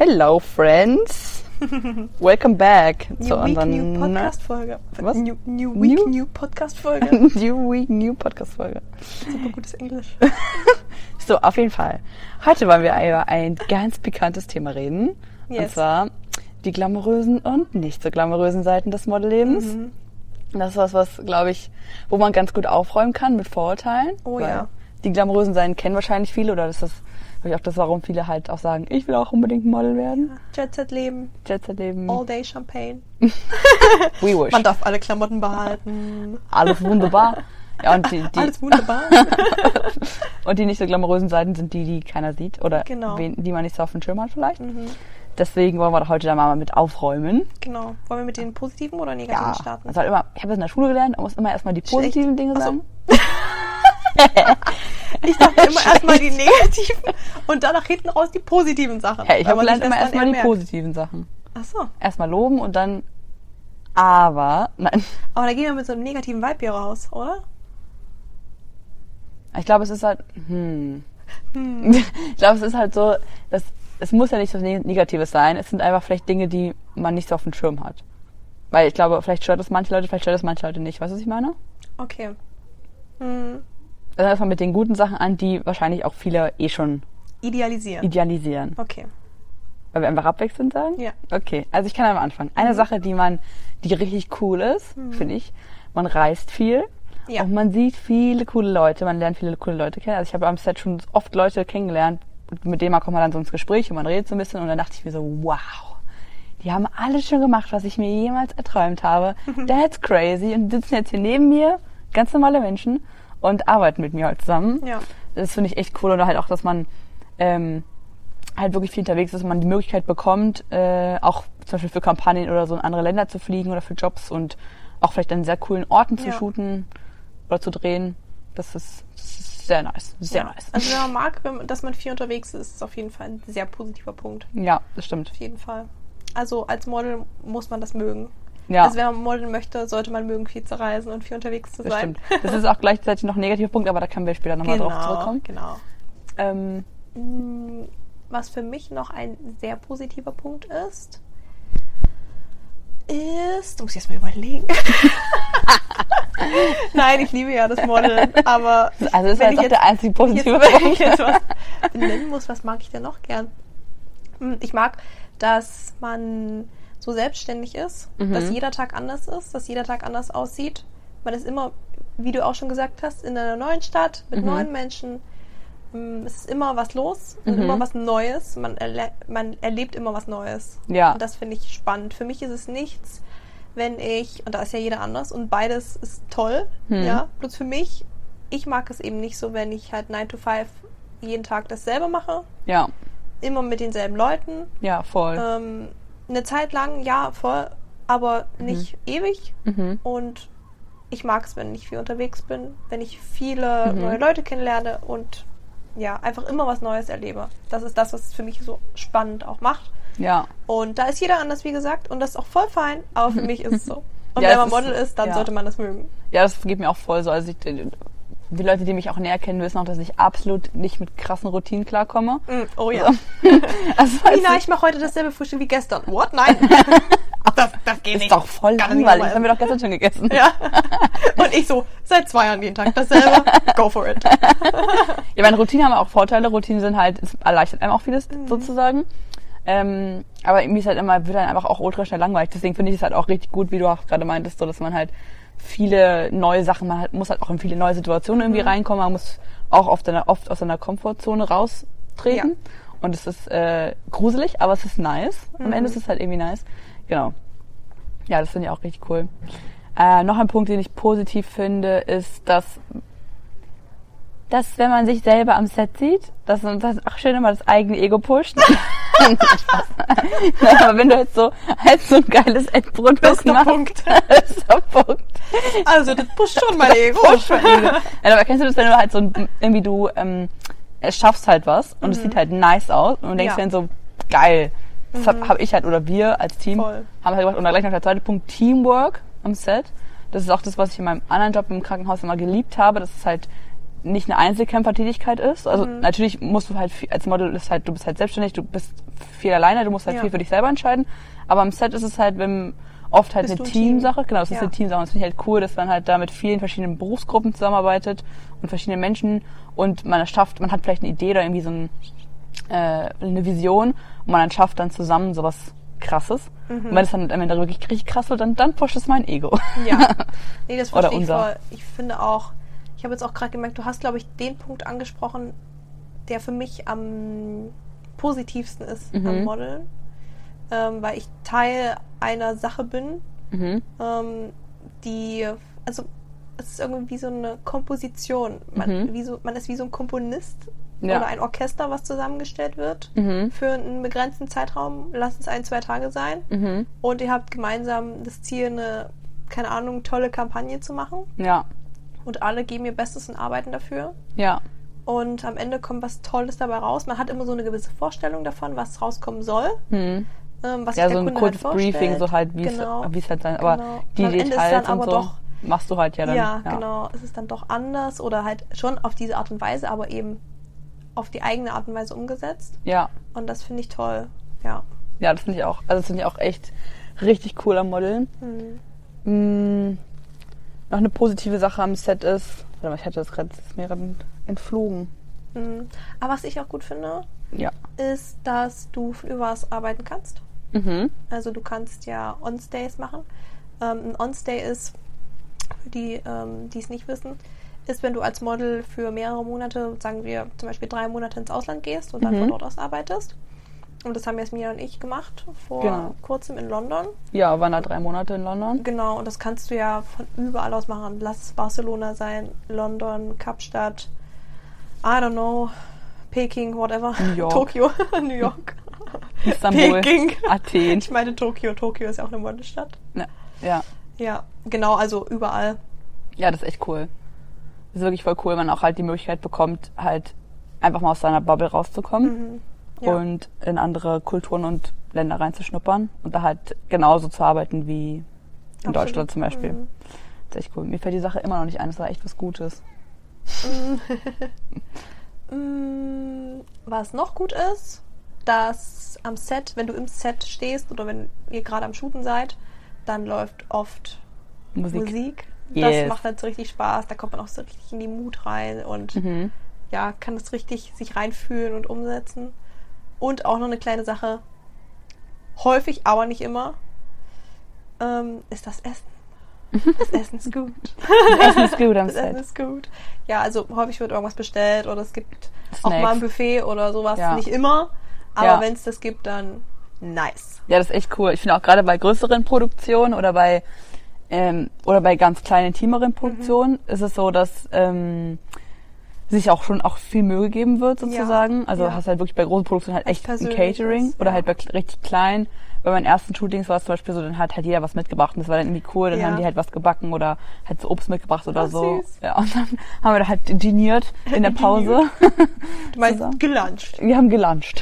Hello, friends. Welcome back zu unserer New Podcast-Folge. Was? New Podcast-Folge. New Week, New Podcast-Folge. Super gutes Englisch. So, auf jeden Fall. Heute wollen wir über ein ganz pikantes Thema reden. Yes. Und zwar die glamourösen und nicht so glamourösen Seiten des Modellebens. Mhm. Das ist was, glaube ich, wo man ganz gut aufräumen kann mit Vorurteilen. Oh weil ja. Die glamourösen Seiten kennen wahrscheinlich viele, oder das ist auch das, warum viele halt auch sagen, ich will auch unbedingt Model werden. Jet-Set-Leben. Jet-Set-Leben. All day Champagne. We wish. Man darf alle Klamotten behalten. Alles wunderbar. Ja, und die Alles wunderbar. und die nicht so glamourösen Seiten sind die keiner sieht oder Genau. die man nicht so auf dem Schirm hat vielleicht. Mhm. Deswegen wollen wir doch heute da mal mit aufräumen. Genau. Wollen wir mit den positiven oder negativen starten? Also halt immer, ich habe das in der Schule gelernt, man muss immer erstmal die positiven Dinge Ach so. sagen. Ich dachte immer erstmal die negativen und dann nach hinten raus die positiven Sachen. Hey, ich habe Weil man gelernt sich immer das dann erstmal die eher merkt. positiven Sachen. Ach so. Erstmal loben und dann nein. Aber da gehen wir mit so einem negativen Vibe hier raus, oder? Ich glaube, es ist halt ich glaube, es ist halt so, dass es muss ja nicht so Negatives sein. Es sind einfach vielleicht Dinge, die man nicht so auf dem Schirm hat. Weil ich glaube, vielleicht stört es manche Leute, vielleicht stört es manche Leute nicht. Weißt du, was ich meine? Okay. Mhm. Dann erstmal mit den guten Sachen an, die wahrscheinlich auch viele schon Idealisieren. Okay. Weil wir einfach abwechselnd sagen? Ja. Okay, also ich kann einmal anfangen. Eine Sache, die richtig cool ist, finde ich, man reist viel. Ja. Und man sieht viele coole Leute, man lernt viele coole Leute kennen. Also ich habe am Set schon oft Leute kennengelernt, mit denen kommt man dann so ins Gespräch und man redet so ein bisschen und dann dachte ich mir so, wow, die haben alles schon gemacht, was ich mir jemals erträumt habe. That's crazy. Und die sitzen jetzt hier neben mir, ganz normale Menschen, und arbeiten mit mir halt zusammen. Ja. Das finde ich echt cool. Oder halt auch, dass man halt wirklich viel unterwegs ist und man die Möglichkeit bekommt, auch zum Beispiel für Kampagnen oder so in andere Länder zu fliegen oder für Jobs und auch vielleicht an sehr coolen Orten zu shooten oder zu drehen. Das ist sehr nice. Sehr nice. Also wenn man mag, dass man viel unterwegs ist, ist es auf jeden Fall ein sehr positiver Punkt. Ja, das stimmt. Auf jeden Fall. Also als Model muss man das mögen. Ja. Also wenn man modeln möchte, sollte man mögen, viel zu reisen und viel unterwegs zu Das sein. stimmt. Das ist auch gleichzeitig noch ein negativer Punkt, aber da können wir später nochmal drauf zurückkommen. Genau. Ähm, Was für mich noch ein sehr positiver Punkt ist, du musst jetzt mal überlegen. Nein, ich liebe ja das Modeln, aber also das ist wenn jetzt auch der einzige positive wenn Punkt. ich jetzt was benennen muss, was mag ich denn noch gern? Ich mag, dass man so selbstständig ist, dass jeder Tag anders ist, dass jeder Tag anders aussieht. Man ist immer, wie du auch schon gesagt hast, in einer neuen Stadt mit neuen Menschen. Es ist immer was los und immer was Neues. Man erlebt immer was Neues. Ja. Und das finde ich spannend. Für mich ist es nichts, wenn und da ist ja jeder anders und beides ist toll. Ja. Bloß für mich, ich mag es eben nicht so, wenn ich halt 9 to 5 jeden Tag dasselbe mache. Ja. Immer mit denselben Leuten. Ja, voll. Eine Zeit lang, ja, voll, aber nicht ewig. Und ich mag es, wenn ich viel unterwegs bin, wenn ich viele neue Leute kennenlerne und ja, einfach immer was Neues erlebe. Das ist das, was es für mich so spannend auch macht. Ja. Und da ist jeder anders, wie gesagt, und das ist auch voll fein, aber für mich ist es so. Und Ja, wenn man es Model ist, dann sollte man das mögen. Ja, das geht mir auch voll so. Also die Leute, die mich auch näher kennen, wissen auch, dass ich absolut nicht mit krassen Routinen klarkomme. Oh ja. Also, Nina, ich mache heute dasselbe Frühstück wie gestern. What? Nein. das geht nicht. ist doch voll Kann nicht langweilig. Das sein. haben wir doch gestern schon gegessen. Ja. Und ich so, seit 2 Jahren jeden Tag dasselbe. Go for it. Ja, meine Routinen haben auch Vorteile. Routinen sind halt, es erleichtert einem auch vieles sozusagen. Aber irgendwie ist halt immer, wird dann einfach auch ultra schnell langweilig. Deswegen finde ich es halt auch richtig gut, wie du auch gerade meintest, so, dass man halt viele neue Sachen, muss halt auch in viele neue Situationen irgendwie reinkommen. Man muss auch oft aus seiner Komfortzone raustreten. Ja. Und es ist gruselig, aber es ist nice. Am Ende ist es halt irgendwie nice. Genau. Ja, das finde ich auch richtig cool. Noch ein Punkt, den ich positiv finde, ist, dass wenn man sich selber am Set sieht, dass man das auch schön immer das eigene Ego pusht. Aber wenn du jetzt so ein geiles Endbrot machst, das ist der Punkt. Also, das pusht schon mein Ego. Ja, aber kennst du das, wenn du halt so irgendwie schaffst halt was und es sieht halt nice aus und du denkst dann so, geil. Das habe ich halt, oder wir als Team, haben halt gemacht. Und dann gleich noch der zweite Punkt, Teamwork am Set. Das ist auch das, was ich in meinem anderen Job im Krankenhaus immer geliebt habe. Das ist halt, nicht eine Einzelkämpfertätigkeit ist. Also natürlich musst du halt viel, als Model ist halt, du bist halt selbstständig, du bist viel alleine, du musst halt viel für dich selber entscheiden. Aber am Set ist es halt, oft halt eine Teamsache. Genau, das ist eine Teamsache. Und das finde ich halt cool, dass man halt da mit vielen verschiedenen Berufsgruppen zusammenarbeitet und verschiedenen Menschen und man hat vielleicht eine Idee oder irgendwie so eine Vision und man dann schafft dann zusammen sowas Krasses. Und wenn es dann am Ende wirklich richtig krass wird, dann pusht es mein Ego. Ja, nee, das verstehe ich voll. Ich finde auch, ich habe jetzt auch gerade gemerkt, du hast, glaube ich, den Punkt angesprochen, der für mich am positivsten ist am Modeln, weil ich Teil einer Sache bin, also es ist irgendwie wie so eine Komposition. Man ist wie so ein Komponist oder ein Orchester, was zusammengestellt wird für einen begrenzten Zeitraum. Lass es 1-2 Tage sein. Und ihr habt gemeinsam das Ziel, eine, keine Ahnung, tolle Kampagne zu machen. Ja. Und alle geben ihr Bestes und arbeiten dafür. Ja. Und am Ende kommt was Tolles dabei raus. Man hat immer so eine gewisse Vorstellung davon, was rauskommen soll. Was ja, so ein kurzes Briefing, so halt, wie es halt sein. Aber die Details und so doch, machst du halt ja dann. Ja, genau. Es ist dann doch anders oder halt schon auf diese Art und Weise, aber eben auf die eigene Art und Weise umgesetzt. Ja. Und das finde ich toll. Ja. Ja, das finde ich auch. Also das finde ich auch echt richtig cool am Modeln. Noch eine positive Sache am Set ist, warte mal, ich hatte das gerade, ist mir gerade entflogen. Aber was ich auch gut finde, ist, dass du von überall aus arbeiten kannst. Also du kannst ja On-Stays machen. Ein On-Stay ist, für die, die es nicht wissen, ist, wenn du als Model für mehrere Monate, sagen wir zum Beispiel 3 Monate ins Ausland gehst und dann von dort aus arbeitest. Und das haben Jasmina und ich gemacht vor kurzem in London. Ja, waren da 3 Monate in London. Genau, und das kannst du ja von überall aus machen. Lass es Barcelona sein, London, Kapstadt, I don't know, Peking, whatever. New York. Tokio, New York. Istanbul, Peking. Athen. Ich meine Tokio. Tokio ist ja auch eine Modelstadt. Ja. Ja, genau, also überall. Ja, das ist echt cool. Das ist wirklich voll cool, wenn man auch halt die Möglichkeit bekommt, halt einfach mal aus seiner Bubble rauszukommen und in andere Kulturen und Länder reinzuschnuppern und da halt genauso zu arbeiten wie in Deutschland zum Beispiel. Das ist echt cool. Mir fällt die Sache immer noch nicht ein, das war echt was Gutes. Was noch gut ist, dass am Set, wenn du im Set stehst oder wenn ihr gerade am Shooten seid, dann läuft oft Musik. Das macht halt so richtig Spaß, da kommt man auch so richtig in die Mut rein und ja, kann das richtig sich reinfühlen und umsetzen. Und auch noch eine kleine Sache, häufig, aber nicht immer, ist das Essen. Das Essen ist gut. Das Essen ist gut am Set. Das Essen ist gut. Ja, also häufig wird irgendwas bestellt oder es gibt Snacks. auch mal ein Buffet oder sowas. Ja. Nicht immer, aber wenn es das gibt, dann nice. Ja, das ist echt cool. Ich finde auch gerade bei größeren Produktionen oder bei ganz kleinen, intimeren Produktionen ist es so, dass sich auch schon viel Mühe gegeben wird sozusagen. Ja. Also hast halt wirklich bei großen Produktionen halt echt ein Catering oder halt bei richtig klein. Bei meinen ersten Shootings war es zum Beispiel so, dann hat halt jeder was mitgebracht und das war dann irgendwie cool. Dann haben die halt was gebacken oder halt so Obst mitgebracht oder so. Süß. Ja, und dann haben wir da halt diniert in der Pause. Du meinst geluncht? Wir haben geluncht.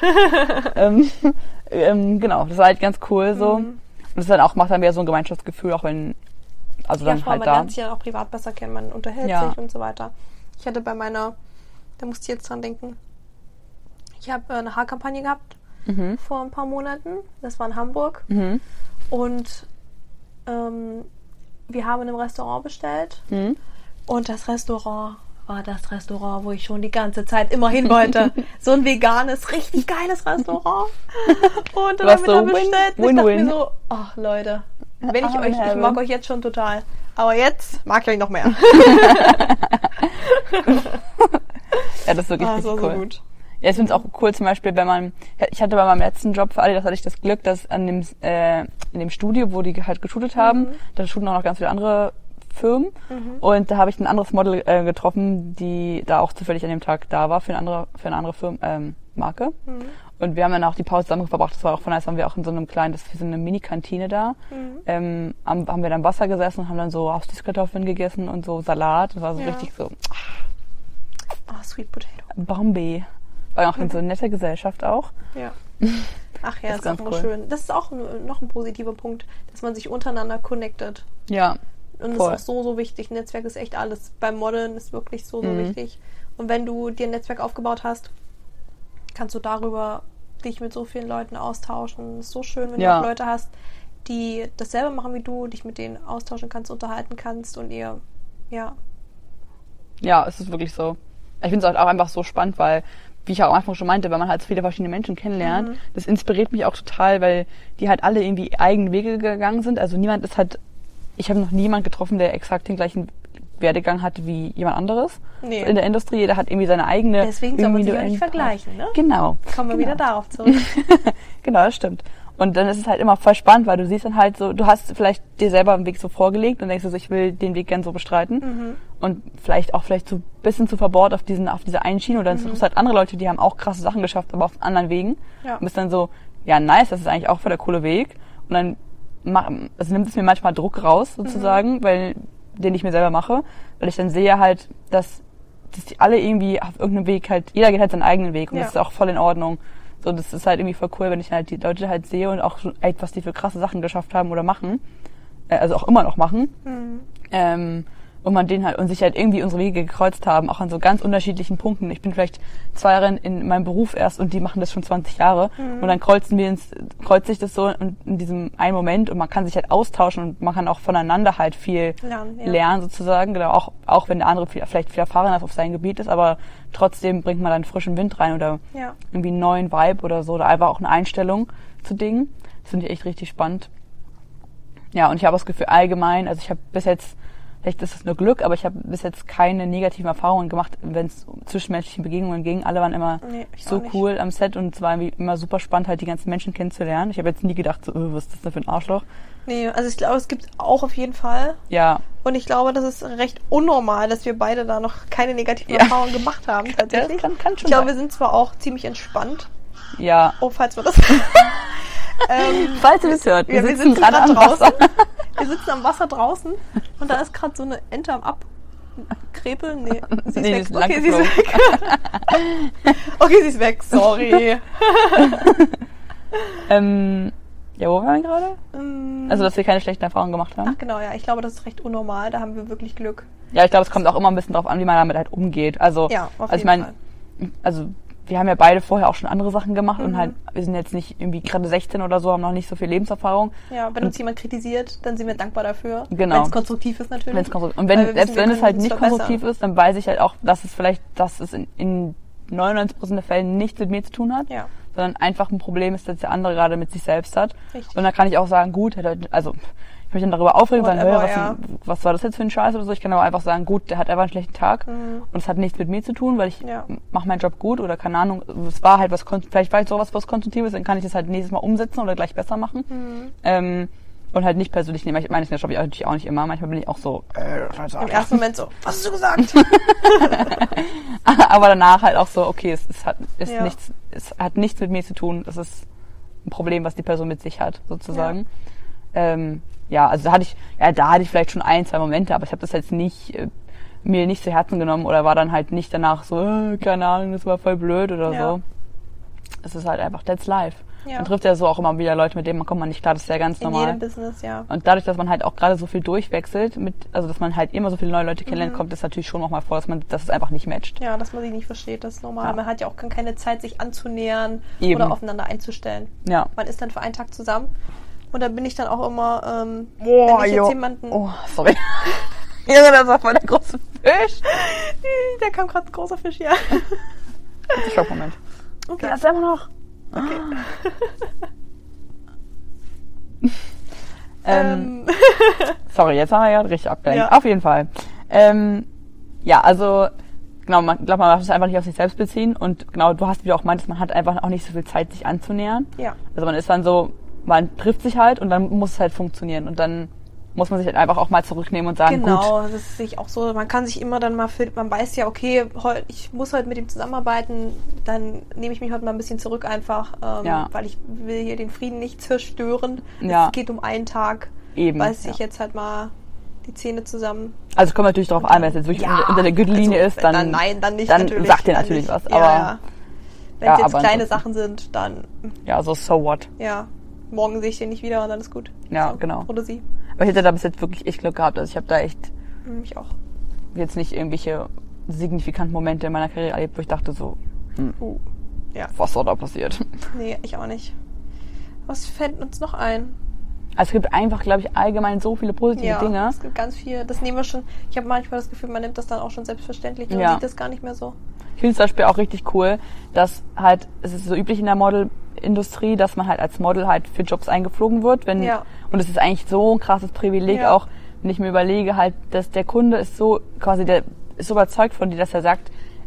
Genau, das war halt ganz cool so. Und das dann auch, macht dann wieder so ein Gemeinschaftsgefühl, auch wenn, also dann halt man lernt sich ja auch privat besser kennen, man unterhält sich und so weiter. Ich hatte bei meiner, da musste ich jetzt dran denken, ich habe eine Haarkampagne gehabt vor ein paar Monaten. Das war in Hamburg. Und wir haben in einem Restaurant bestellt. Und das Restaurant war das Restaurant, wo ich schon die ganze Zeit immer hin wollte. So ein veganes, richtig geiles Restaurant. Und dann haben wir da bestellt. Und ich dachte mir so, ach Leute, wenn ich mag euch jetzt schon total. Aber jetzt mag ich euch noch mehr. Ja, das ist wirklich richtig cool. So gut. Ja, ich finde es auch cool, zum Beispiel, ich hatte bei meinem letzten Job für Adidas hatte ich das Glück, dass in dem Studio, wo die halt geshootet haben, da shooten auch noch ganz viele andere Firmen. Und da habe ich ein anderes Model getroffen, die da auch zufällig an dem Tag da war für eine andere Marke. Und wir haben dann auch die Pause zusammen verbracht. Das war auch von nice, waren wir auch in so einem kleinen, das ist wie so eine Mini-Kantine da. Haben wir dann Wasser gesessen und haben dann so Süßkartoffeln gegessen und so Salat. Das war so richtig so. Sweet Potato. Bombay. War auch in so netter Gesellschaft auch. Ja. Ach ja, das ist auch immer schön. Das ist auch noch ein positiver Punkt, dass man sich untereinander connectet. Ja. Und das ist auch so wichtig. Ein Netzwerk ist echt alles. Beim Modeln ist wirklich so wichtig. Und wenn du dir ein Netzwerk aufgebaut hast, kannst du darüber dich mit so vielen Leuten austauschen. Es ist so schön, wenn du auch Leute hast, die dasselbe machen wie du, dich mit denen austauschen kannst, unterhalten kannst und ihr, Ja, es ist wirklich so. Ich finde es halt auch einfach so spannend, weil, wie ich auch am Anfang schon meinte, wenn man halt so viele verschiedene Menschen kennenlernt, das inspiriert mich auch total, weil die halt alle irgendwie eigene Wege gegangen sind. Also niemand ist halt, ich habe noch niemand getroffen, der exakt den gleichen Werdegang hatte wie jemand anderes in der Industrie. Jeder hat irgendwie seine eigene... Deswegen soll man sich auch nicht vergleichen, ne? Genau. Kommen wir wieder darauf zurück. Genau, das stimmt. Und dann ist es halt immer voll spannend, weil du siehst dann halt so, du hast vielleicht dir selber einen Weg so vorgelegt und denkst so, ich will den Weg gern so bestreiten. Und vielleicht so ein bisschen zu verbohrt auf dieser einen Schiene. Oder dann suchst du halt andere Leute, die haben auch krasse Sachen geschafft, aber auf anderen Wegen. Ja. Und bist dann so, ja nice, das ist eigentlich auch voll der coole Weg. Und dann nimmt es mir manchmal Druck raus, sozusagen, den ich mir selber mache. Weil ich dann sehe halt, dass die alle irgendwie auf irgendeinem Weg halt, jeder geht halt seinen eigenen Weg. Und das ist auch voll in Ordnung. So, das ist halt irgendwie voll cool, wenn ich halt die Leute halt sehe und auch schon, was die für krasse Sachen geschafft haben oder machen. Also auch immer noch machen. Und man den halt, und sich halt irgendwie unsere Wege gekreuzt haben, auch an so ganz unterschiedlichen Punkten. Ich bin vielleicht 2 Jahre in meinem Beruf erst und die machen das schon 20 Jahre. Und dann kreuzt sich das so in diesem einen Moment und man kann sich halt austauschen und man kann auch voneinander halt viel lernen sozusagen. Genau, auch wenn der andere vielleicht viel erfahrener auf seinem Gebiet ist, aber trotzdem bringt man dann frischen Wind rein oder irgendwie einen neuen Vibe oder so oder einfach auch eine Einstellung zu Dingen. Das finde ich echt richtig spannend. Ja, und ich habe das Gefühl allgemein, also ich habe bis jetzt, vielleicht ist es nur Glück, aber ich habe bis jetzt keine negativen Erfahrungen gemacht, wenn es zwischenmenschlichen Begegnungen ging. Alle waren immer so cool am Set und es war irgendwie immer super spannend, halt die ganzen Menschen kennenzulernen. Ich habe jetzt nie gedacht, so, was ist das denn für ein Arschloch? Nee, also ich glaube, es gibt auch auf jeden Fall. Ja. Und ich glaube, das ist recht unnormal, dass wir beide da noch keine negativen Erfahrungen gemacht haben, tatsächlich. Ja, kann schon ich glaube, wir sind zwar auch ziemlich entspannt. Ja. Oh, falls wir das... falls ihr das hört, wir sitzen gerade am Wasser. Wir sitzen am Wasser draußen und da ist gerade so eine Ente am Abkrepeln. Nee, sie ist weg. Okay, sie ist weg. Okay, sie ist weg, sorry. Ja, wo waren wir gerade? Also, dass wir keine schlechten Erfahrungen gemacht haben. Ach genau, ja. Ich glaube, das ist recht unnormal. Da haben wir wirklich Glück. Ja, ich glaube, es kommt auch immer ein bisschen drauf an, wie man damit halt umgeht. Also, ja, auf jeden Fall. Also, wir haben ja beide vorher auch schon andere Sachen gemacht und halt, wir sind jetzt nicht irgendwie gerade 16 oder so, haben noch nicht so viel Lebenserfahrung. Ja, wenn uns jemand kritisiert, dann sind wir dankbar dafür. Genau. Wenn es konstruktiv ist natürlich. Und selbst wenn es halt nicht konstruktiv ist, dann weiß ich halt auch, dass es in 99% der Fälle nichts mit mir zu tun hat. Ja. Sondern einfach ein Problem ist, dass der andere gerade mit sich selbst hat. Richtig. Und dann kann ich auch sagen, gut, also ich möchte dann darüber aufregen und sagen, was war das jetzt für ein Scheiß oder so. Ich kann aber einfach sagen, gut, der hat einfach einen schlechten Tag und es hat nichts mit mir zu tun, weil ich mache meinen Job gut oder keine Ahnung, es war halt vielleicht war es sowas Konstruktives, dann kann ich das halt nächstes Mal umsetzen oder gleich besser machen. Und halt nicht persönlich nehmen. Ich meine, das schaffe ich natürlich auch nicht immer. Manchmal bin ich auch so, im ersten Moment so, was hast du gesagt? Aber danach halt auch so, okay, es hat nichts mit mir zu tun. Es ist ein Problem, was die Person mit sich hat, sozusagen. Ja, also da hatte ich vielleicht schon 1, 2 Momente, aber ich habe das jetzt mir nicht zu Herzen genommen oder war dann halt nicht danach so, keine Ahnung, das war voll blöd oder so. Es ist halt einfach, that's life. Ja. Man trifft ja so auch immer wieder Leute, mit denen kommt man nicht klar, das ist ja ganz normal. In jedem Business, ja. Und dadurch, dass man halt auch gerade so viel durchwechselt, also dass man halt immer so viele neue Leute kennenlernt, kommt es natürlich schon noch mal vor, dass es einfach nicht matcht. Ja, dass man sich nicht versteht, das ist normal. Ja. Man hat ja auch keine Zeit, sich anzunähern oder aufeinander einzustellen. Ja. Man ist dann für einen Tag zusammen und dann bin ich dann auch immer, wenn ich jetzt jemanden... Oh, sorry. Ja, das war voll der große Fisch. Da kam gerade ein großer Fisch, ja. Schockmoment. Okay. Das ist immer noch... Okay. Sorry, jetzt haben wir ja richtig abgelenkt. Ja. Auf jeden Fall. Ja, also genau, man darf es einfach nicht auf sich selbst beziehen und genau, du hast, wie du auch meintest, man hat einfach auch nicht so viel Zeit, sich anzunähern. Ja. Also man ist dann so, man trifft sich halt und dann muss es halt funktionieren und dann muss man sich halt einfach auch mal zurücknehmen und sagen, genau, gut. das ist sich auch so, man kann sich immer dann mal, man weiß ja, okay, ich muss heute mit ihm zusammenarbeiten, dann nehme ich mich heute mal ein bisschen zurück einfach, weil ich will hier den Frieden nicht zerstören. Ja. Es geht um einen Tag, beiß ich jetzt halt mal die Zähne zusammen. Also es kommt natürlich darauf an, wenn es jetzt wirklich unter der Gürtellinie ist, dann nicht dann natürlich, sagt ihr natürlich was. Aber ja. Wenn es jetzt kleine Sachen sind, dann... Ja, so what. Ja, morgen sehe ich den nicht wieder und dann ist gut. Ja, so, genau. Oder sie. Aber ich hätte da bis jetzt wirklich echt Glück gehabt. Also ich habe da echt Ich auch. jetzt nicht irgendwelche signifikanten Momente in meiner Karriere erlebt, wo ich dachte so, Ja. was soll da passiert? Nee, ich auch nicht. Was fällt uns noch ein? Also es gibt einfach, glaube ich, allgemein so viele positive Dinge. Es gibt ganz viel. Das nehmen wir schon. Ich habe manchmal das Gefühl, man nimmt das dann auch schon selbstverständlich und sieht das gar nicht mehr so. Ich finde zum Beispiel auch richtig cool, dass halt, es ist so üblich in der Modelindustrie, dass man halt als Model halt für Jobs eingeflogen wird. Und es ist eigentlich so ein krasses Privileg, auch wenn ich mir überlege halt, dass der Kunde ist so, quasi, der ist so überzeugt von dir, dass er sagt,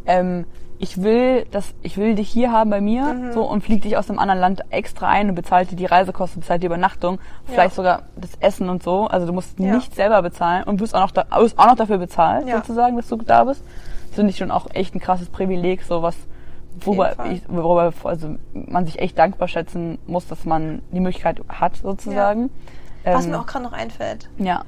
ich will dich hier haben bei mir, so, und fliegt dich aus einem anderen Land extra ein und bezahlt dir die Reisekosten, bezahlt die Übernachtung, vielleicht sogar das Essen und so. Also du musst nicht selber bezahlen und wirst auch noch dafür bezahlt, sozusagen, dass du da bist. Das finde ich schon auch echt ein krasses Privileg, so was, worüber also man sich echt dankbar schätzen muss, dass man die Möglichkeit hat, sozusagen. Was mir auch gerade noch einfällt. Ja.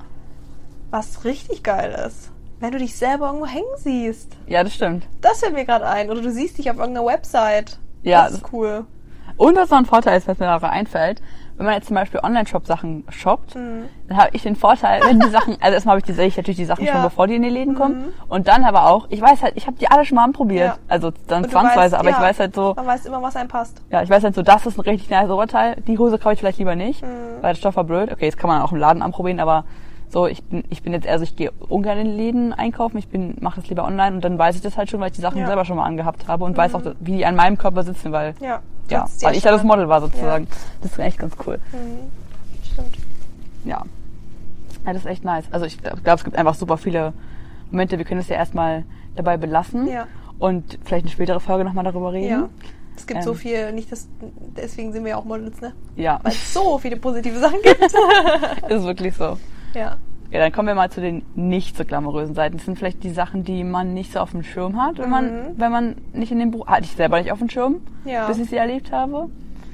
Was richtig geil ist. Wenn du dich selber irgendwo hängen siehst. Ja, das stimmt. Das fällt mir gerade ein. Oder du siehst dich auf irgendeiner Website. Ja. Das ist cool. Und was noch ein Vorteil ist, was mir dabei einfällt, wenn man jetzt zum Beispiel Online-Shop-Sachen shoppt, dann habe ich den Vorteil, wenn die Sachen, also erstmal sehe ich natürlich die Sachen schon, bevor die in die Läden kommen. Und dann aber auch, ich weiß halt, ich habe die alle schon mal anprobiert. Ja. Also dann und zwangsweise, aber ich weiß halt so. Man weiß immer, was einem passt. Ja, ich weiß halt so, das ist ein richtig nice Oberteil. Die Hose kaufe ich vielleicht lieber nicht, weil der Stoff war blöd. Okay, das kann man auch im Laden anprobieren, aber so, ich bin jetzt eher so, ich gehe ungern in den Läden einkaufen, mache das lieber online und dann weiß ich das halt schon, weil ich die Sachen selber schon mal angehabt habe und weiß auch, wie die an meinem Körper sitzen, weil weil ich ja das Model war sozusagen. Ja. Das ist echt ganz cool. Stimmt. Ja, das ist echt nice. Also ich glaube, es gibt einfach super viele Momente, wir können es ja erstmal dabei belassen und vielleicht eine spätere Folge nochmal darüber reden. Ja. Es gibt so viel, deswegen sind wir ja auch Models, ne? Ja. Weil es so viele positive Sachen gibt. Ist wirklich so. Ja. Ja, dann kommen wir mal zu den nicht so glamourösen Seiten. Das sind vielleicht die Sachen, die man nicht so auf dem Schirm hat, wenn man nicht in dem Beruf, hatte ich selber nicht auf dem Schirm, bis ich sie erlebt habe.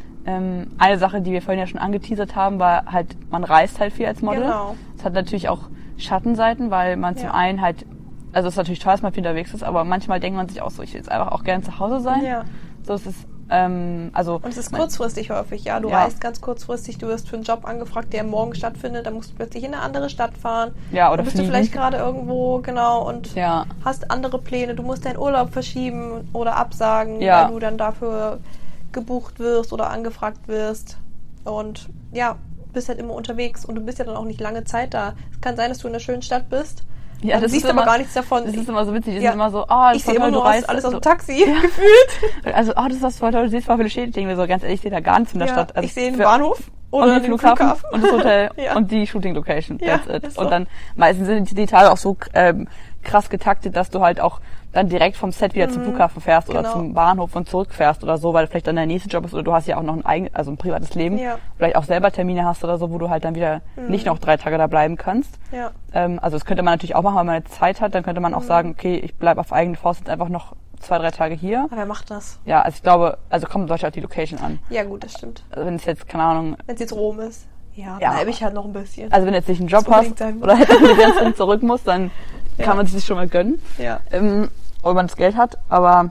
Eine Sache, die wir vorhin ja schon angeteasert haben, war halt, man reist halt viel als Model. Genau. Das hat natürlich auch Schattenseiten, weil man zum einen halt, also es ist natürlich toll, dass man viel unterwegs ist, aber manchmal denkt man sich auch so, ich will jetzt einfach auch gerne zu Hause sein. Ja. So, es ist, und es ist kurzfristig häufig, ja. Du reist ganz kurzfristig, du wirst für einen Job angefragt, der morgen stattfindet, dann musst du plötzlich in eine andere Stadt fahren. Ja, oder dann bist du vielleicht gerade irgendwo, und hast andere Pläne. Du musst deinen Urlaub verschieben oder absagen, weil du dann dafür gebucht wirst oder angefragt wirst. Und bist halt immer unterwegs und du bist ja dann auch nicht lange Zeit da. Es kann sein, dass du in einer schönen Stadt bist. Ja, du siehst aber gar nichts davon. Das ist immer so witzig. Die sind immer so, ich sehe immer nur alles aus dem Taxi, gefühlt. Also, das ist was voll toll. Du siehst voll viele Städte. Ich denke mir so, ganz ehrlich, ich sehe da gar nichts in der Stadt. Also ich sehe einen Bahnhof oder den Flughafen und das Hotel und die Shooting-Location. That's it. So. Und dann meistens sind die Tage auch so krass getaktet, dass du halt auch dann direkt vom Set wieder zum Flughafen fährst oder zum Bahnhof und zurückfährst oder so, weil vielleicht dann der nächste Job ist oder du hast ja auch noch ein privates Leben, vielleicht auch selber Termine hast oder so, wo du halt dann wieder nicht noch 3 Tage da bleiben kannst. Ja. Also das könnte man natürlich auch machen, wenn man jetzt Zeit hat, dann könnte man auch sagen, okay, ich bleibe auf eigene Faust jetzt einfach noch 2-3 Tage hier. Aber wer macht das? Ja, also ich glaube, kommt Deutschland auf die Location an. Ja gut, das stimmt. Also wenn es jetzt, keine Ahnung... Wenn es jetzt Rom ist. Ja, bleibe ich halt noch ein bisschen. Also wenn du jetzt nicht einen Job hast oder halt die ganze Zeit zurück musst, dann kann man es sich schon mal gönnen. Ja. Wenn man das Geld hat, aber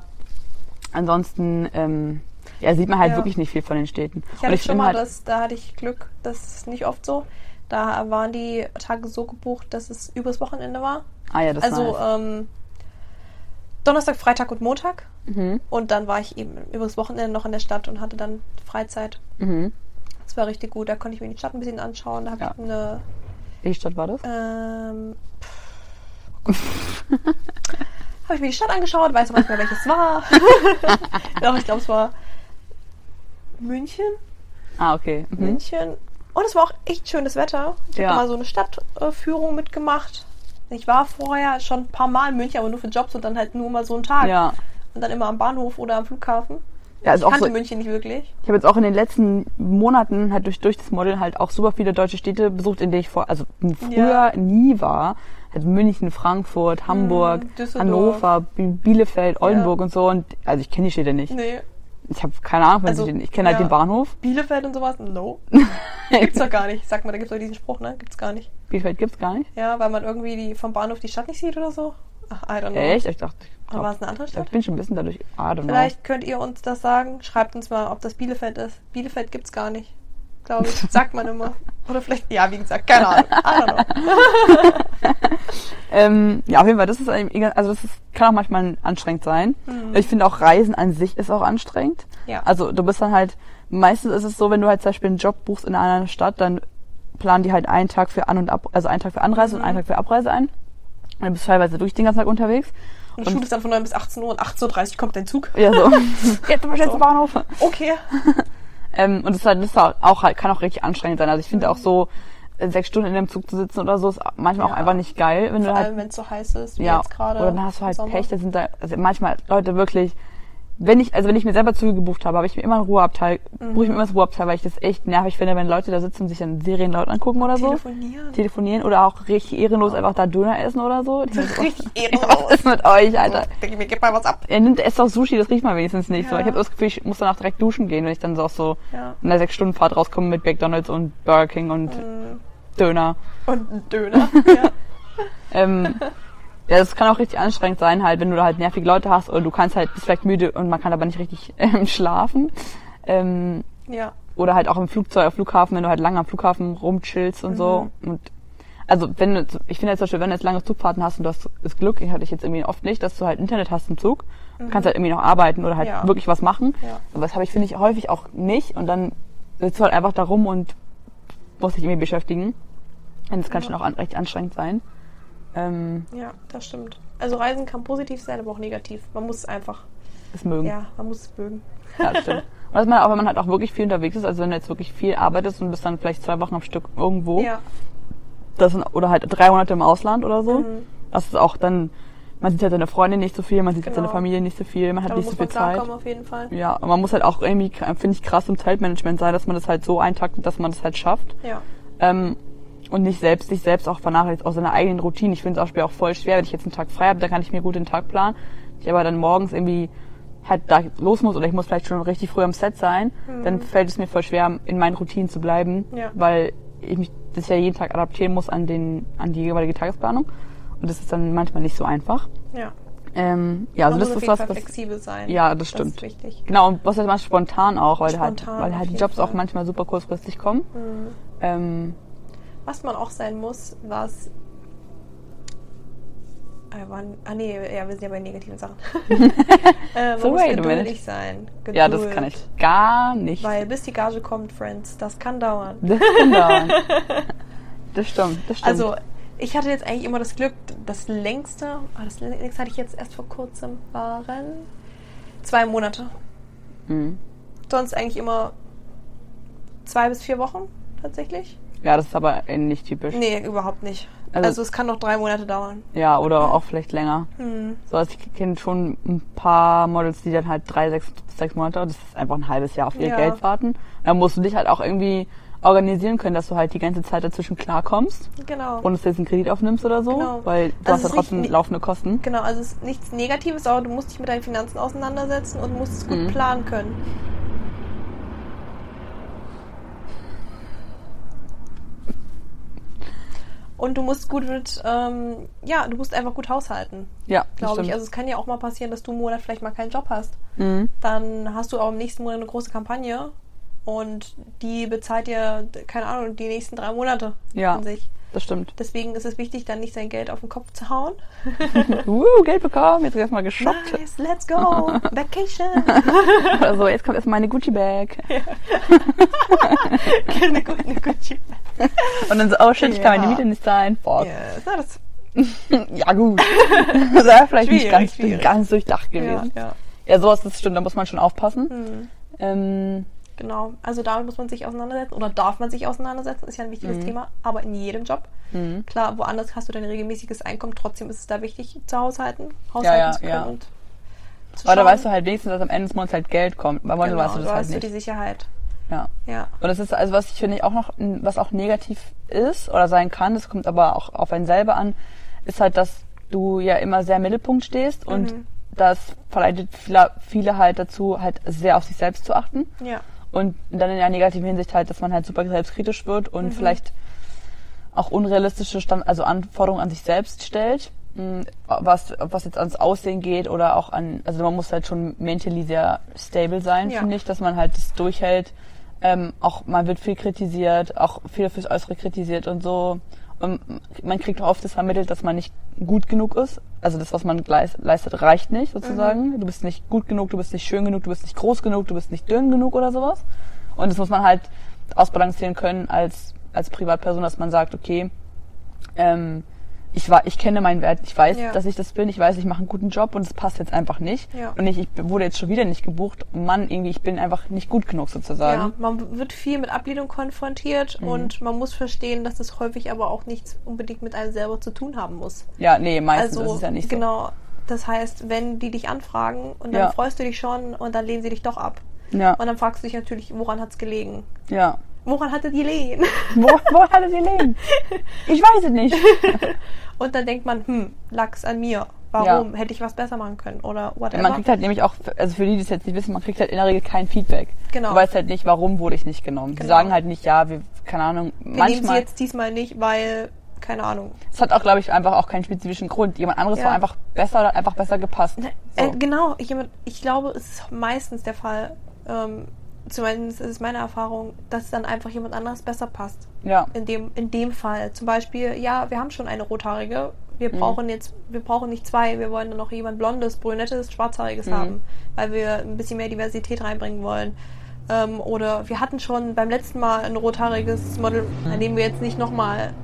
ansonsten sieht man halt wirklich nicht viel von den Städten. Ich hatte schon mal da hatte ich Glück, das ist nicht oft so. Da waren die Tage so gebucht, dass es übers Wochenende war. Ah ja, das ist nice. Donnerstag, Freitag und Montag. Und dann war ich eben übers Wochenende noch in der Stadt und hatte dann Freizeit. Das war richtig gut. Da konnte ich mir die Stadt ein bisschen anschauen. Da habe ich eine... Welche Stadt war das? Habe ich mir die Stadt angeschaut, weiß aber nicht mehr, welches war. Doch, ich glaube, es war München. Ah, okay. München. Und es war auch echt schönes Wetter. Ich habe mal so eine Stadtführung mitgemacht. Ich war vorher schon ein paar Mal in München, aber nur für Jobs und dann halt nur mal so einen Tag. Ja. Und dann immer am Bahnhof oder am Flughafen. Ja, also ich kannte München nicht wirklich. Ich habe jetzt auch in den letzten Monaten halt durch das Modeln halt auch super viele deutsche Städte besucht, in denen ich früher nie war. Halt München, Frankfurt, Hamburg, Hannover, Bielefeld, Oldenburg und so. Und also ich kenne die Städte nicht. Nee. Ich habe keine Ahnung, ich kenne halt den Bahnhof. Bielefeld und sowas? No. Gibt's doch gar nicht. Sag mal, da gibt's doch diesen Spruch, ne? Gibt's gar nicht. Bielefeld gibt's gar nicht? Ja, weil man irgendwie vom Bahnhof die Stadt nicht sieht oder so. Ach, I don't know. Echt? Ich dachte... Oder war es eine andere Stadt? Ich bin schon ein bisschen dadurch... I don't know. Vielleicht könnt ihr uns das sagen. Schreibt uns mal, ob das Bielefeld ist. Bielefeld gibt's gar nicht. glaube ich. Sagt man immer. Oder vielleicht, ja, wie gesagt, keine Ahnung. I don't know. Ja, auf jeden Fall, das ist kann auch manchmal anstrengend sein. Ich finde auch Reisen an sich ist auch anstrengend. Ja. Also du bist dann halt, meistens ist es so, wenn du halt zum Beispiel einen Job buchst in einer anderen Stadt, dann planen die halt einen Tag für einen Tag für Anreise und einen Tag für Abreise ein. Und dann bist du teilweise durch den ganzen Tag unterwegs. Und Schule ist dann von 9 bis 18 Uhr und 18.30 Uhr kommt dein Zug. Ja, so. Jetzt mal schnell zum Bahnhof. Okay. Und das kann auch richtig anstrengend sein. Also ich finde auch so, 6 Stunden in dem Zug zu sitzen oder so, ist manchmal auch einfach nicht geil. Wenn Vor du halt, allem, wenn es so heiß ist, wie ja, jetzt gerade. oder dann hast du halt Sommer. Pech, also manchmal Leute wirklich, wenn ich mir selber Züge gebucht habe, habe ich mir immer ein Ruheabteil, buche ich mir immer das Ruheabteil, weil ich das echt nervig finde, wenn Leute da sitzen und sich dann Serien laut angucken oder so. Telefonieren oder auch richtig ehrenlos einfach da Döner essen oder so. Richtig ehrenlos. Was ist mit euch, Alter? Denke ich mir, gib mal was ab. Esst doch Sushi, das riecht man wenigstens nicht so. Ja. Ich habe das Gefühl, ich muss danach direkt duschen gehen, wenn ich dann so aus so Ja. einer 6-Stunden-Fahrt rauskomme mit McDonald's und Burger King und Döner. Und ein Döner. Ja. Ja, das kann auch richtig anstrengend sein, halt, wenn du da halt nervige Leute hast oder du bist vielleicht müde und man kann aber nicht richtig schlafen. Ja. Oder halt auch im Flughafen, wenn du halt lange am Flughafen rumchillst und so. Und also ich finde jetzt zum Beispiel, wenn du jetzt lange Zugfahrten hast und du hast das Glück, ich hatte ich jetzt irgendwie oft nicht, dass du halt Internet hast im Zug, kannst halt irgendwie noch arbeiten oder halt wirklich was machen. Ja. Aber das habe ich, finde ich, häufig auch nicht und dann sitzt du halt einfach da rum und musst dich irgendwie beschäftigen. Und das kann schon auch recht anstrengend sein. Ja, das stimmt. Also Reisen kann positiv sein, aber auch negativ. Man muss es einfach. Es mögen. Ja, man muss es mögen. Ja, das stimmt. Und dass man auch, wenn man halt auch wirklich viel unterwegs ist, also wenn du jetzt wirklich viel arbeitest und bist dann vielleicht 2 Wochen am Stück irgendwo, Ja. oder halt 3 Monate im Ausland oder so, das ist auch dann, man sieht halt seine Freundin nicht so viel, man sieht seine Familie nicht so viel, man hat nicht so viel Zeit. Auf jeden Fall. Ja, und man muss halt auch irgendwie, finde ich, krass im Zeitmanagement sein, dass man das halt so eintaktet, dass man das halt schafft. Ja. Und nicht sich selbst auch vernachlässigt, aus seiner eigenen Routine. Ich finde es auch voll schwer, wenn ich jetzt einen Tag frei habe, dann kann ich mir gut den Tag planen. Ich aber dann morgens irgendwie halt da los muss oder ich muss vielleicht schon richtig früh am Set sein, dann fällt es mir voll schwer, in meinen Routinen zu bleiben, weil ich mich das ja jeden Tag adaptieren muss an die jeweilige Tagesplanung. Und das ist dann manchmal nicht so einfach. Ja. Ja, also Man das muss ist auf jeden was, Fall flexibel sein. Ja, das stimmt. Das ist wichtig. Genau, und was halt manchmal spontan auch, weil Spontan, halt die Jobs auch manchmal super kurzfristig kommen. Was man auch sein muss, wir sind ja bei negativen Sachen. Man So, muss wait a minute. geduldig sein. Geduld. Ja, das kann ich gar nicht. Weil bis die Gage kommt, Friends, das kann dauern. Das kann dauern. Das stimmt. Also, ich hatte jetzt eigentlich immer das Glück, das längste hatte ich jetzt erst vor kurzem, waren 2 Monate. Sonst eigentlich immer 2 bis 4 Wochen, tatsächlich. Ja, das ist aber nicht typisch. Nee, überhaupt nicht. Also es kann noch 3 Monate dauern. Ja, oder auch vielleicht länger. So, also ich kenne schon ein paar Models, die dann halt 6 Monate, das ist einfach ein halbes Jahr auf ihr Geld warten. Da musst du dich halt auch irgendwie organisieren können, dass du halt die ganze Zeit dazwischen klarkommst. Genau. Und dass du jetzt einen Kredit aufnimmst oder so, Genau. weil du hast ja trotzdem laufende Kosten. Genau, also es ist nichts Negatives, aber du musst dich mit deinen Finanzen auseinandersetzen und musst es gut planen können. Und du musst gut du musst einfach gut haushalten. Ja, glaube ich. Also es kann ja auch mal passieren, dass du einen Monat vielleicht mal keinen Job hast. Dann hast du auch im nächsten Monat eine große Kampagne und die bezahlt dir, keine Ahnung, die nächsten 3 Monate an sich. Das stimmt. Deswegen ist es wichtig, dann nicht sein Geld auf den Kopf zu hauen. Geld bekommen, jetzt erstmal geshoppt. Nice, let's go, vacation. Also jetzt kommt erstmal eine Gucci-Bag. eine Gucci-Bag. Und dann so, oh shit, ich kann meine Miete nicht zahlen. Boah. Das ja gut. Das wäre vielleicht Schwierig, nicht ganz durchdacht gewesen. Ja, sowas, das stimmt, da muss man schon aufpassen. Genau, also damit muss man sich auseinandersetzen oder darf man sich auseinandersetzen, ist ja ein wichtiges Thema, aber in jedem Job. Klar, woanders hast du dein regelmäßiges Einkommen, trotzdem ist es da wichtig, zu haushalten zu können und zu aber da schauen. weißt du halt wenigstens, dass am Ende des Monats halt Geld kommt. Bei Model weißt du das halt nicht. Du die Sicherheit. Ja. Ja. Und das ist, also was ich finde auch noch, was auch negativ ist oder sein kann, das kommt aber auch auf einen selber an, ist halt, dass du ja immer sehr im Mittelpunkt stehst und das verleitet viele halt dazu, halt sehr auf sich selbst zu achten. Ja. Und dann in der negativen Hinsicht halt, dass man halt super selbstkritisch wird und vielleicht auch unrealistische Anforderungen an sich selbst stellt, was jetzt ans Aussehen geht oder auch also man muss halt schon mentally sehr stable sein, finde ich, dass man halt das durchhält, Auch man wird viel kritisiert, auch viel fürs Äußere kritisiert und so. Und man kriegt auch oft das vermittelt, dass man nicht gut genug ist. Also das, was man leistet, reicht nicht sozusagen. Du bist nicht gut genug, du bist nicht schön genug, du bist nicht groß genug, du bist nicht dünn genug oder sowas. Und das muss man halt ausbalancieren können als Privatperson, dass man sagt, okay, ich kenne meinen Wert, ich weiß, dass ich das bin, ich weiß, ich mache einen guten Job und es passt jetzt einfach nicht. Ja. Und ich wurde jetzt schon wieder nicht gebucht. Mann, irgendwie, ich bin einfach nicht gut genug sozusagen. Ja, man wird viel mit Ablehnung konfrontiert und man muss verstehen, dass das häufig aber auch nichts unbedingt mit einem selber zu tun haben muss. Ja, nee, meistens ist es ja nicht so. Genau, das heißt, wenn die dich anfragen und dann freust du dich schon und dann lehnen sie dich doch ab. Ja. Und dann fragst du dich natürlich, woran hat's gelegen? Ja. Woran hatte die Lehen? Woran hatte die Lehen? Ich weiß es nicht. Und dann denkt man, lag's an mir. Warum? Hätte ich was besser machen können? Oder whatever. Man kriegt halt nämlich auch, also für die es jetzt nicht wissen, man kriegt halt in der Regel kein Feedback. Genau. Du weißt halt nicht, warum wurde ich nicht genommen. Die sagen halt nicht, keine Ahnung. Wir nehmen sie jetzt diesmal nicht, weil, keine Ahnung. Es hat auch, glaube ich, einfach auch keinen spezifischen Grund. Jemand anderes war einfach besser oder hat einfach besser gepasst. So. Genau. Ich glaube, es ist meistens der Fall, zumindest ist es meine Erfahrung, dass dann einfach jemand anderes besser passt. Ja. In dem Fall. Zum Beispiel, wir haben schon eine Rothaarige. Wir brauchen nicht zwei. Wir wollen dann noch jemand Blondes, Brünettes, Schwarzhaariges haben, weil wir ein bisschen mehr Diversität reinbringen wollen. Oder wir hatten schon beim letzten Mal ein rothaariges Model, dann nehmen wir jetzt nicht nochmal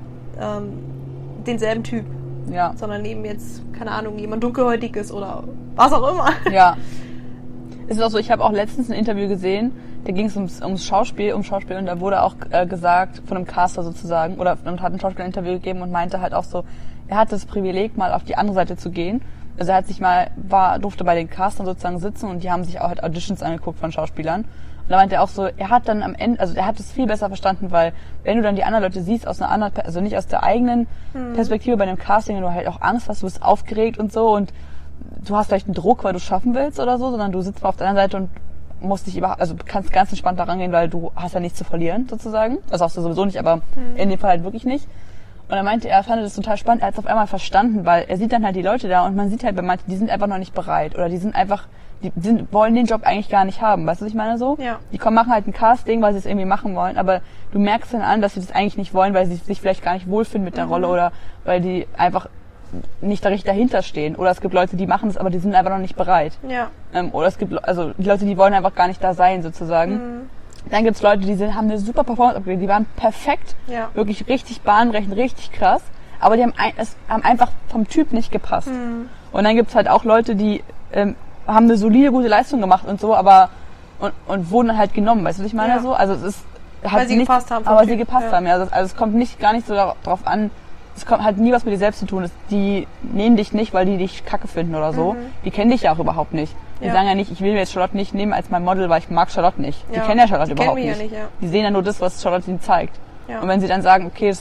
denselben Typ. Ja. Sondern nehmen jetzt, keine Ahnung, jemand Dunkelhäutiges oder was auch immer. Ja. Es ist auch so, ich habe auch letztens ein Interview gesehen, da ging es ums Schauspiel und da wurde auch gesagt, von einem Caster sozusagen, und hat ein Schauspieler ein Interview gegeben und meinte halt auch so, er hat das Privileg, mal auf die andere Seite zu gehen. Also er hat sich durfte bei den Castern sozusagen sitzen und die haben sich auch halt Auditions angeguckt von Schauspielern. Und da meinte er auch so, er hat dann am Ende, also er hat es viel besser verstanden, weil wenn du dann die anderen Leute siehst aus einer anderen, also nicht aus der eigenen Perspektive bei einem Casting, wenn du halt auch Angst hast, du bist aufgeregt und so und du hast vielleicht einen Druck, weil du es schaffen willst oder so, sondern du sitzt mal auf der anderen Seite und musst dich kannst ganz entspannt da rangehen, weil du hast ja nichts zu verlieren, sozusagen. Das hast du sowieso nicht, aber in dem Fall halt wirklich nicht. Und er meinte, er fand das total spannend, er hat es auf einmal verstanden, weil er sieht dann halt die Leute da und man sieht halt bei manchen, die sind einfach noch nicht bereit oder die sind einfach, wollen den Job eigentlich gar nicht haben, weißt du, was ich meine so? Ja. Die machen halt ein Casting, weil sie es irgendwie machen wollen, aber du merkst dann an, dass sie das eigentlich nicht wollen, weil sie sich vielleicht gar nicht wohlfühlen mit der Rolle oder weil die einfach nicht da richtig dahinter stehen. Oder es gibt Leute, die machen es, aber die sind einfach noch nicht bereit. Ja. Oder es gibt die Leute, die wollen einfach gar nicht da sein, sozusagen. Dann gibt's Leute, die haben eine super Performance abgegeben, die waren perfekt, wirklich richtig bahnbrechend, richtig krass, aber die haben einfach vom Typ nicht gepasst. Und dann gibt's halt auch Leute, die haben eine solide, gute Leistung gemacht und so, aber und wurden dann halt genommen, weißt du, was ich meine so? Also es ist weil sie gepasst haben. Aber sie gepasst haben, ja. Also es kommt gar nicht so darauf an, es kommt halt nie was mit dir selbst zu tun. Die nehmen dich nicht, weil die dich kacke finden oder so. Die kennen dich ja auch überhaupt nicht. Die sagen ja nicht, ich will mir jetzt Charlotte nicht nehmen als mein Model, weil ich mag Charlotte nicht. Die kennen ja Charlotte überhaupt nicht. Ja nicht. Die sehen ja nur das, was Charlotte ihnen zeigt. Ja. Und wenn sie dann sagen, okay,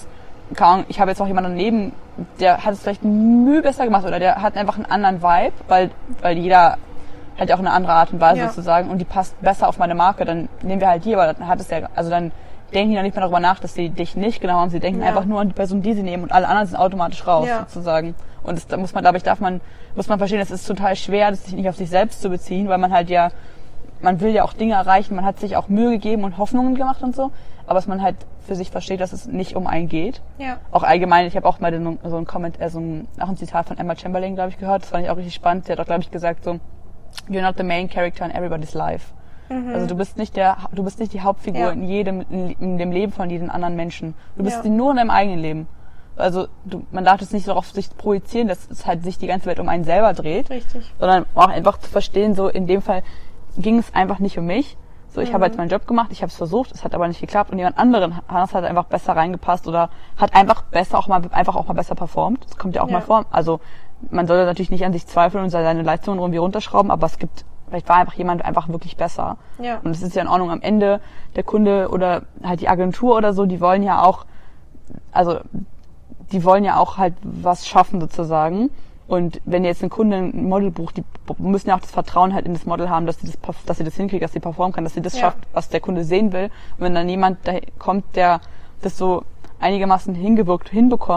ich habe jetzt noch jemanden daneben, der hat es vielleicht Mühe besser gemacht oder der hat einfach einen anderen Vibe, weil jeder hat ja auch eine andere Art und Weise sozusagen und die passt besser auf meine Marke, dann nehmen wir halt die, aber dann hat es ja, also dann denken die noch nicht mehr darüber nach, dass sie dich nicht genau haben. Sie denken einfach nur an die Person, die sie nehmen und alle anderen sind automatisch raus, sozusagen. Und da muss man verstehen, es ist total schwer, das sich nicht auf sich selbst zu beziehen, weil man halt man will ja auch Dinge erreichen, man hat sich auch Mühe gegeben und Hoffnungen gemacht und so, aber dass man halt für sich versteht, dass es nicht um einen geht. Ja. Auch allgemein, ich habe auch mal so ein Comment, auch ein Zitat von Emma Chamberlain, glaube ich, gehört, das fand ich auch richtig spannend, der hat auch, glaube ich, gesagt so, you're not the main character in everybody's life. Also du bist nicht die Hauptfigur in dem Leben von jedem anderen Menschen. Du bist nur in deinem eigenen Leben. Also man darf das nicht so auf sich projizieren, dass es halt sich die ganze Welt um einen selber dreht. Richtig. Sondern auch einfach zu verstehen, so in dem Fall ging es einfach nicht um mich. So, ich habe jetzt meinen Job gemacht, ich habe es versucht, es hat aber nicht geklappt und jemand anderen hat einfach besser reingepasst oder hat einfach auch mal besser performt. Das kommt ja auch mal vor. Also man soll natürlich nicht an sich zweifeln und seine Leistungen irgendwie runterschrauben, aber vielleicht war einfach jemand einfach wirklich besser. Ja. Und es ist ja in Ordnung. Am Ende der Kunde oder halt die Agentur oder so, die wollen ja auch halt was schaffen sozusagen. Und wenn jetzt ein Kunde ein Model bucht, die müssen ja auch das Vertrauen halt in das Model haben, dass sie das hinkriegt, dass sie performen kann, dass sie das schafft, was der Kunde sehen will. Und wenn dann jemand da kommt, der das so einigermaßen hinbekommt,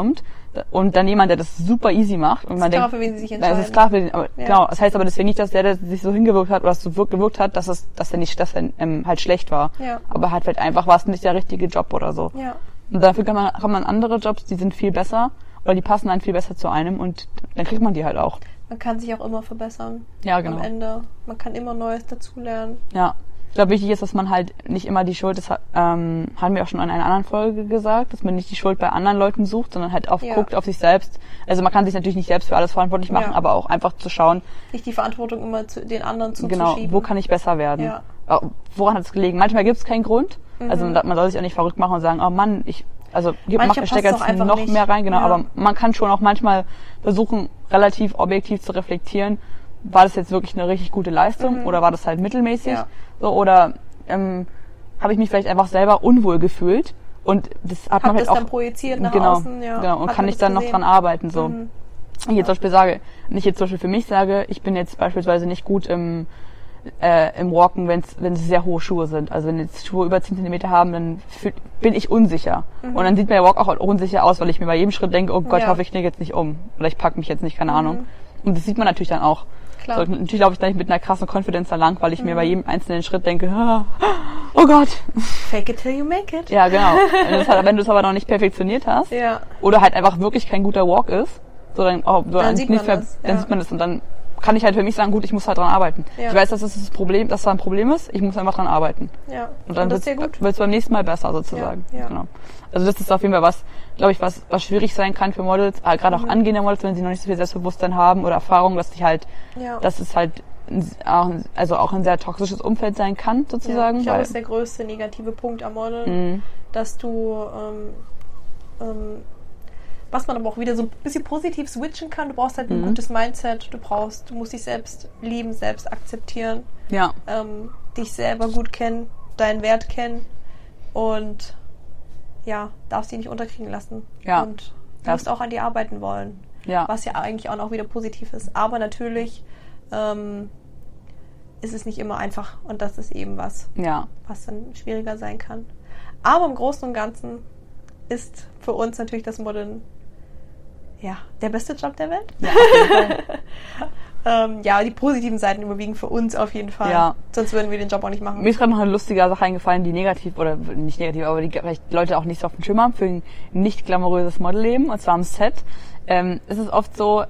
und dann jemand, der das super easy macht und man denkt, für wen sie sich na, entscheiden. es ist klar, aber genau, das heißt aber deswegen nicht, dass der sich so hingewirkt hat oder so gewirkt hat, dass er halt schlecht war. Ja. Aber halt einfach war es nicht der richtige Job oder so. Ja. Und dafür kann man andere Jobs, die sind viel besser oder die passen dann viel besser zu einem und dann kriegt man die halt auch. Man kann sich auch immer verbessern. Ja, genau. Am Ende. Man kann immer Neues dazulernen. Ja. Ich glaube, wichtig ist, dass man halt nicht immer die Schuld, das haben wir auch schon in einer anderen Folge gesagt, dass man nicht die Schuld bei anderen Leuten sucht, sondern halt auch guckt auf sich selbst. Also man kann sich natürlich nicht selbst für alles verantwortlich machen, aber auch einfach zu schauen. Nicht die Verantwortung immer zu den anderen zuzuschieben. Genau, wo kann ich besser werden? Ja. Woran hat es gelegen? Manchmal gibt es keinen Grund. Also man soll sich auch nicht verrückt machen und sagen, oh Mann, ich stecke jetzt noch nicht mehr rein, genau, aber man kann schon auch manchmal versuchen, relativ objektiv zu reflektieren, war das jetzt wirklich eine richtig gute Leistung oder war das halt mittelmäßig? Ja. So, oder habe ich mich vielleicht einfach selber unwohl gefühlt und das hat man halt auch dann projiziert nach außen, genau, und kann ich dann noch dran arbeiten, so. Wenn ich jetzt zum Beispiel für mich sage, ich bin jetzt beispielsweise nicht gut im Walken, wenn es sehr hohe Schuhe sind. Also wenn jetzt Schuhe über 10 cm haben, dann bin ich unsicher. Und dann sieht mir der Walk auch unsicher aus, weil ich mir bei jedem Schritt denke, oh Gott, ich hoffe, ich knicke jetzt nicht um. Oder ich packe mich jetzt nicht, keine Ahnung. Und das sieht man natürlich dann auch. Klar. So, natürlich laufe ich dann nicht mit einer krassen Confidence da lang, weil ich mir bei jedem einzelnen Schritt denke, oh Gott. Fake it till you make it. Ja, genau. Wenn du es aber noch nicht perfektioniert hast, oder halt einfach wirklich kein guter Walk ist, dann sieht man das und dann kann ich halt für mich sagen, gut, ich muss halt dran arbeiten. Ja. Ich weiß, dass das ein Problem ist, ich muss einfach dran arbeiten. Ja. Und dann wird es beim nächsten Mal besser sozusagen. Ja. Genau. Also das ist auf jeden Fall was schwierig sein kann für Models, gerade auch angehende Models, wenn sie noch nicht so viel Selbstbewusstsein haben oder Erfahrung, dass es halt auch ein sehr toxisches Umfeld sein kann, sozusagen. Ich glaube, das ist der größte negative Punkt am Modeln, dass du was man aber auch wieder so ein bisschen positiv switchen kann. Du brauchst halt ein gutes Mindset. Du musst dich selbst lieben, selbst akzeptieren. Ja. Dich selber gut kennen, deinen Wert kennen und darfst dich nicht unterkriegen lassen. Ja. Und du musst auch an dir arbeiten wollen. Ja. Was ja eigentlich auch noch wieder positiv ist. Aber natürlich ist es nicht immer einfach und das ist eben was dann schwieriger sein kann. Aber im Großen und Ganzen ist für uns natürlich das Modeln der beste Job der Welt. Ja, auf jeden Fall. Die positiven Seiten überwiegen für uns auf jeden Fall. Ja. Sonst würden wir den Job auch nicht machen. Mir ist gerade noch eine lustige Sache eingefallen, die negativ, oder nicht negativ, aber die vielleicht Leute auch nicht so auf dem Schirm haben für ein nicht glamouröses Modelleben, und zwar am Set. Es ist oft so,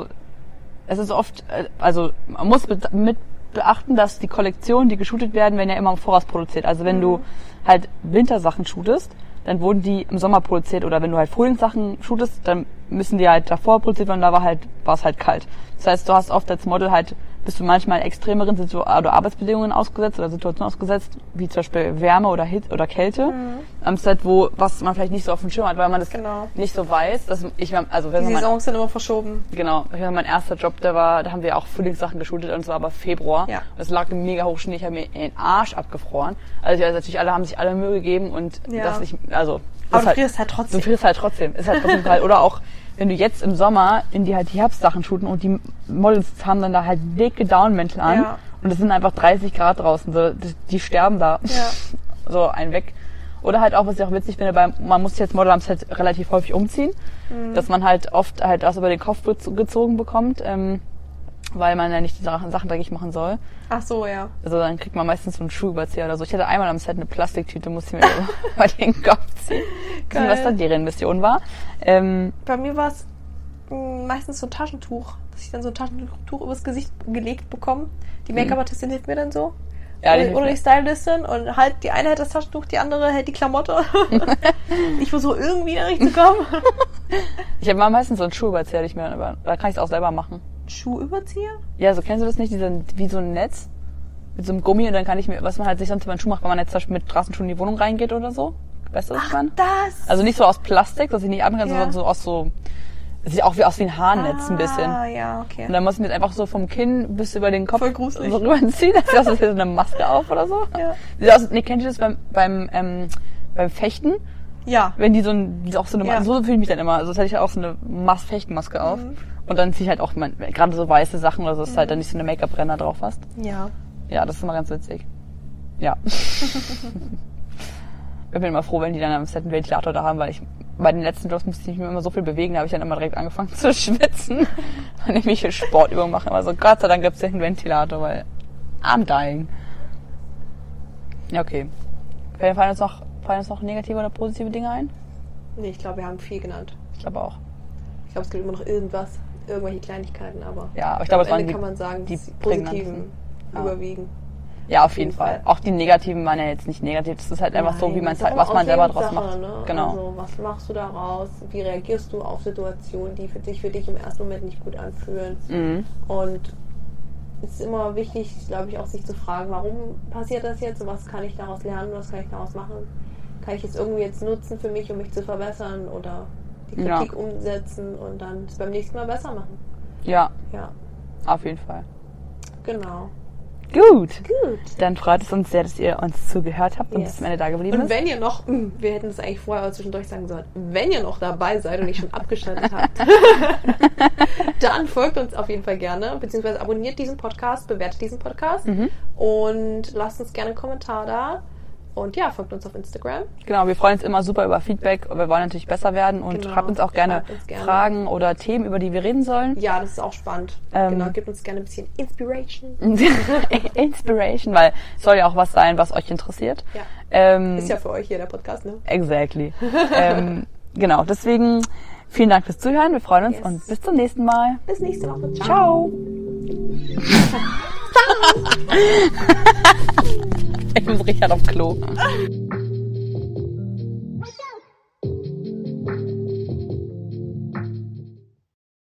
man muss mit beachten, dass die Kollektionen, die geshootet werden ja immer im Voraus produziert. Also wenn du halt Wintersachen shootest, dann wurden die im Sommer produziert, oder wenn du halt Frühlingssachen shootest, dann müssen die halt davor produziert werden, da war es halt kalt. Das heißt, du hast oft als Model bist du manchmal extremeren oder Arbeitsbedingungen ausgesetzt oder Situationen ausgesetzt, wie zum Beispiel Wärme oder Hitze oder Kälte am Set, was man vielleicht nicht so auf dem Schirm hat, weil man das nicht so weiß. Die Saisons sind immer verschoben. Genau. Mein erster Job, da haben wir auch Frühlingssachen geshootet, und zwar aber Februar. Ja. Es lag im mega Hochschnee, ich habe mir den Arsch abgefroren. Also natürlich haben sich alle Mühe gegeben und aber du frierst halt trotzdem. Du frierst halt trotzdem. Ist halt trotzdem kalt. Oder auch, wenn du jetzt im Sommer in die Herbstsachen shooten und die Models haben dann da halt dicke Downmäntel an und es sind einfach 30 Grad draußen, so, die sterben da. Ja. So, ein weg. Oder halt auch, was ich auch witzig finde, man muss sich als Model am Set relativ häufig umziehen, dass man halt oft halt was über den Kopf gezogen bekommt, weil man ja nicht die Sachen dreckig machen soll. Ach so, ja. Also dann kriegt man meistens so einen Schuhüberzieher oder so. Ich hatte einmal am Set eine Plastiktüte, musste ich mir über den Kopf ziehen. Geil. Was dann deren Mission war. Bei mir war es meistens so ein Taschentuch, dass ich dann so ein Taschentuch übers Gesicht gelegt bekomme. Die Make-up-Artistin hilft mir dann so. Ja, oder die Stylistin, und halt die eine hält das Taschentuch, die andere hält die Klamotte. Ich versuche irgendwie da durchzukommen. Ich habe mal meistens so einen Schuhüberzieher, da kann ich es auch selber machen. Schuhüberzieher? Ja, so kennst du das nicht? Wie so ein Netz mit so einem Gummi, und dann kann ich mir, was man halt sich sonst über den Schuh macht, wenn man jetzt zum Beispiel mit Straßenschuhen in die Wohnung reingeht oder so. Weißt du, was ich meine? Das! Also nicht so aus Plastik, dass ich nicht abmachen kann, sondern so aus so, das sieht auch wie aus wie ein Haarnetz ein bisschen. Ah, ja, okay. Und dann muss ich mir jetzt einfach so vom Kinn bis über den Kopf voll gruselig so rüberziehen. Das sieht aus, als hätte so eine Maske auf oder so. Ja. Sieht aus, kennt ihr das beim Fechten? Ja. Wenn die so fühle ich mich dann immer. Also das hätte ich auch so eine Fechtmaske auf. Und dann ziehe ich halt auch gerade so weiße Sachen oder so, dass halt dann nicht so eine Make-up-Brenner drauf hast. Ja. Ja, das ist immer ganz witzig. Ja. Ich bin immer froh, wenn die dann am Set einen Ventilator da haben, weil bei den letzten Jobs musste ich mich immer so viel bewegen, da habe ich dann immer direkt angefangen zu schwitzen. Wenn ich mich Sportübungen mache, immer so, Gott sei Dank gibt's hier einen Ventilator, weil I'm dying. Ja, okay. Fallen uns noch negative oder positive Dinge ein? Nee, ich glaube, wir haben viel genannt. Ich glaube auch. Ich glaube, es gibt immer noch irgendwelche Kleinigkeiten, aber ja, aber ich glaube, am Ende kann man sagen, die Positiven überwiegen. Ja, auf jeden Fall. Auch die Negativen waren ja jetzt nicht negativ. Das ist halt einfach so, wie man es halt, was man selber draus macht. Ne? Genau. Also, was machst du daraus? Wie reagierst du auf Situationen, die sich für dich im ersten Moment nicht gut anfühlen? Mhm. Und es ist immer wichtig, glaube ich, auch sich zu fragen, warum passiert das jetzt und was kann ich daraus lernen, was kann ich daraus machen? Kann ich es irgendwie jetzt nutzen für mich, um mich zu verbessern oder die Kritik umsetzen und dann es beim nächsten Mal besser machen? Ja. Ja. Auf jeden Fall. Genau. Gut. Dann freut es uns sehr, dass ihr uns zugehört habt und bis zum Ende da geblieben Und ist. wenn ihr noch, wir hätten es eigentlich vorher zwischendurch sagen sollen, wenn ihr noch dabei seid und nicht schon abgeschaltet habt, dann folgt uns auf jeden Fall gerne, beziehungsweise abonniert diesen Podcast, bewertet diesen Podcast und lasst uns gerne einen Kommentar da. Und ja, folgt uns auf Instagram. Genau, wir freuen uns immer super über Feedback. Wir wollen natürlich besser werden und schreibt uns auch gerne Fragen oder Themen, über die wir reden sollen. Ja, das ist auch spannend. Genau, gebt uns gerne ein bisschen Inspiration. Inspiration, weil es soll ja auch was sein, was euch interessiert. Ja. Ist ja für euch hier der Podcast, ne? Exactly. Genau, deswegen vielen Dank fürs Zuhören. Wir freuen uns und bis zum nächsten Mal. Bis nächste Woche. Ciao. Ich muss Richard auf Klo.